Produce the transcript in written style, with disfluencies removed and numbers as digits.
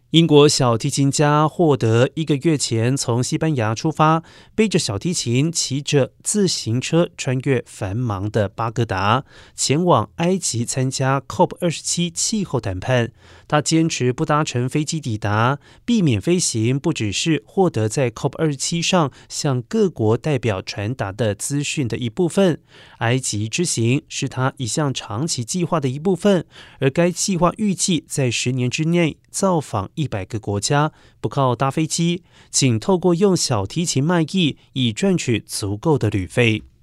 英国小提琴家获得1个月前从西班牙出发，背着小提琴，骑着自行车穿越繁忙的巴格达，前往埃及参加 COP27 气候谈判。他坚持不搭乘飞机抵达，避免飞行，不只是获得在 COP27 上向各国代表传达的资讯的一部分。埃及之行是他一项长期计划的一部分，而该计划预计在10年之内造访100个国家，不靠搭飞机，仅透过用小提琴卖艺以赚取足够的旅费。